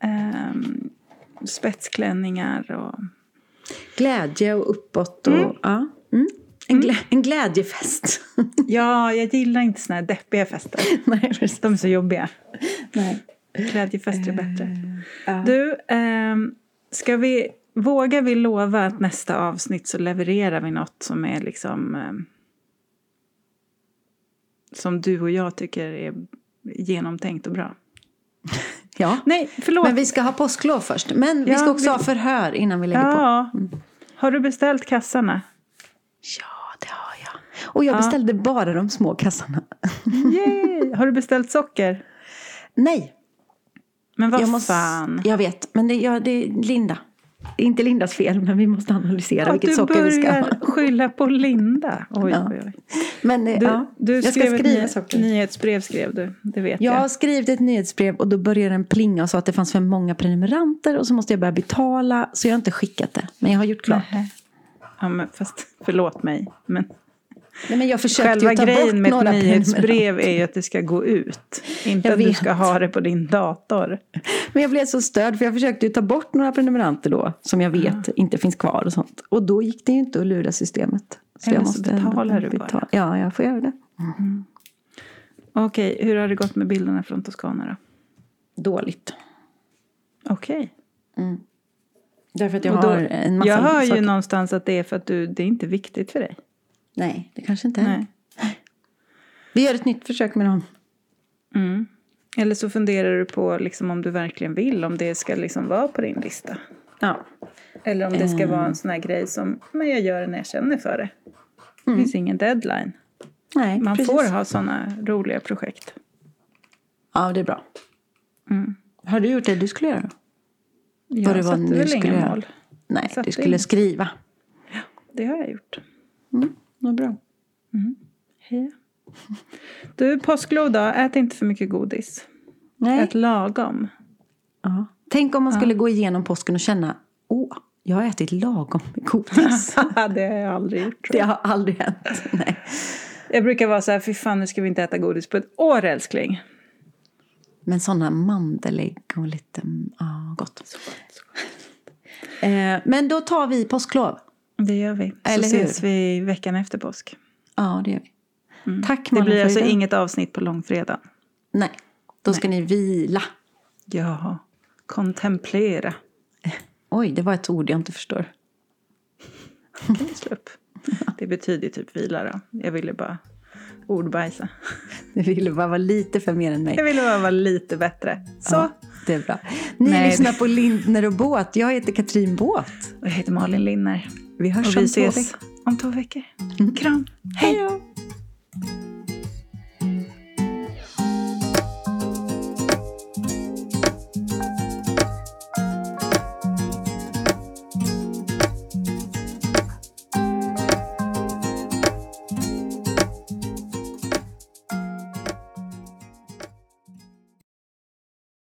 Spetsklänningar och glädje och uppåt och en glädjefest. Ja, jag gillar inte såna här deppiga fester. Nej, de är så jobbiga. Nej. Glädjefester är bättre. Du, vågar vi lova att nästa avsnitt så levererar vi något som är liksom som du och jag tycker är genomtänkt och bra? Ja. Nej, förlåt. Men vi ska ha påsklov först. Men vi ska också ha förhör innan vi lägger på. Har du beställt kassarna? Ja, det har jag. Och jag beställde bara de små kassarna. Yay! Har du beställt socker? Nej. Men vad fan? Jag vet, men det är Linda. Det är inte Lindas fel, men vi måste analysera vilket socker vi ska ha. Du börjar skylla på Linda. Oj. Men du jag ska skriva socker. Nyhetsbrev skrev du, det vet jag. Jag har skrivit ett nyhetsbrev och då började den plinga och sa att det fanns för många prenumeranter och så måste jag börja betala, så jag har inte skickat det. Men jag har gjort klart. Ja, men fast förlåt mig, men... Nej, men jag försökte själva ta grejen bort med några ett nyhetsbrev är ju att det ska gå ut. Inte att du ska ha det på din dator. Men jag blev så störd för jag försökte ju ta bort några prenumeranter då. Som jag vet inte finns kvar och sånt. Och då gick det ju inte att lura systemet. Så eller jag måste så betalar du bara. Ja, jag får göra det. Okej, hur har det gått med bilderna från Toscana då? Dåligt. Okej. Därför att jag har en massa jag hör saker. ju någonstans att det är för att det är inte viktigt för dig. Nej, det kanske inte är. Nej. Vi gör ett nytt försök med dem. Eller så funderar du på liksom, om du verkligen vill. Om det ska liksom vara på din lista. Ja. Eller om det ska vara en sån här grej som men jag gör det när jag känner för det. Det finns ingen deadline. Nej, man precis. får ha såna roliga projekt. Ja, det är bra. Har du gjort det du skulle göra? Jag satte väl inga mål. Nej, du skulle skriva. Ja, det har jag gjort. Vad bra. Hej. Du, påsklov då. Ät inte för mycket godis. Nej. Ät lagom. Ja. Tänk om man skulle gå igenom påsken och känna, jag har ätit lagom med godis. Det har jag aldrig gjort. Det har aldrig hänt. Nej. Jag brukar vara så här, fy fan, nu ska vi inte äta godis på ett år, älskling. Men sådana mandelägg och lite, gott. Så gott. Men då tar vi påsklov. Det gör vi. Eller så ses vi veckan efter påsk. Ja, det gör vi. Tack, det blir alltså inget avsnitt på långfredag. Nej, då ska ni vila. Ja, kontemplera. Oj, det var ett ord jag inte förstår. Slå upp. Det betyder typ vila då. Jag ville bara ordbajsa. Du ville bara vara lite för mer än mig. Jag ville bara vara lite bättre. Så. Ja, det är bra. Ni lyssnar på Lindner och Båt. Jag heter Katrin Båt. Och jag heter Malin Linner. Vi hörs om 2 veckor. Om 2 veckor. Kram. Hej då.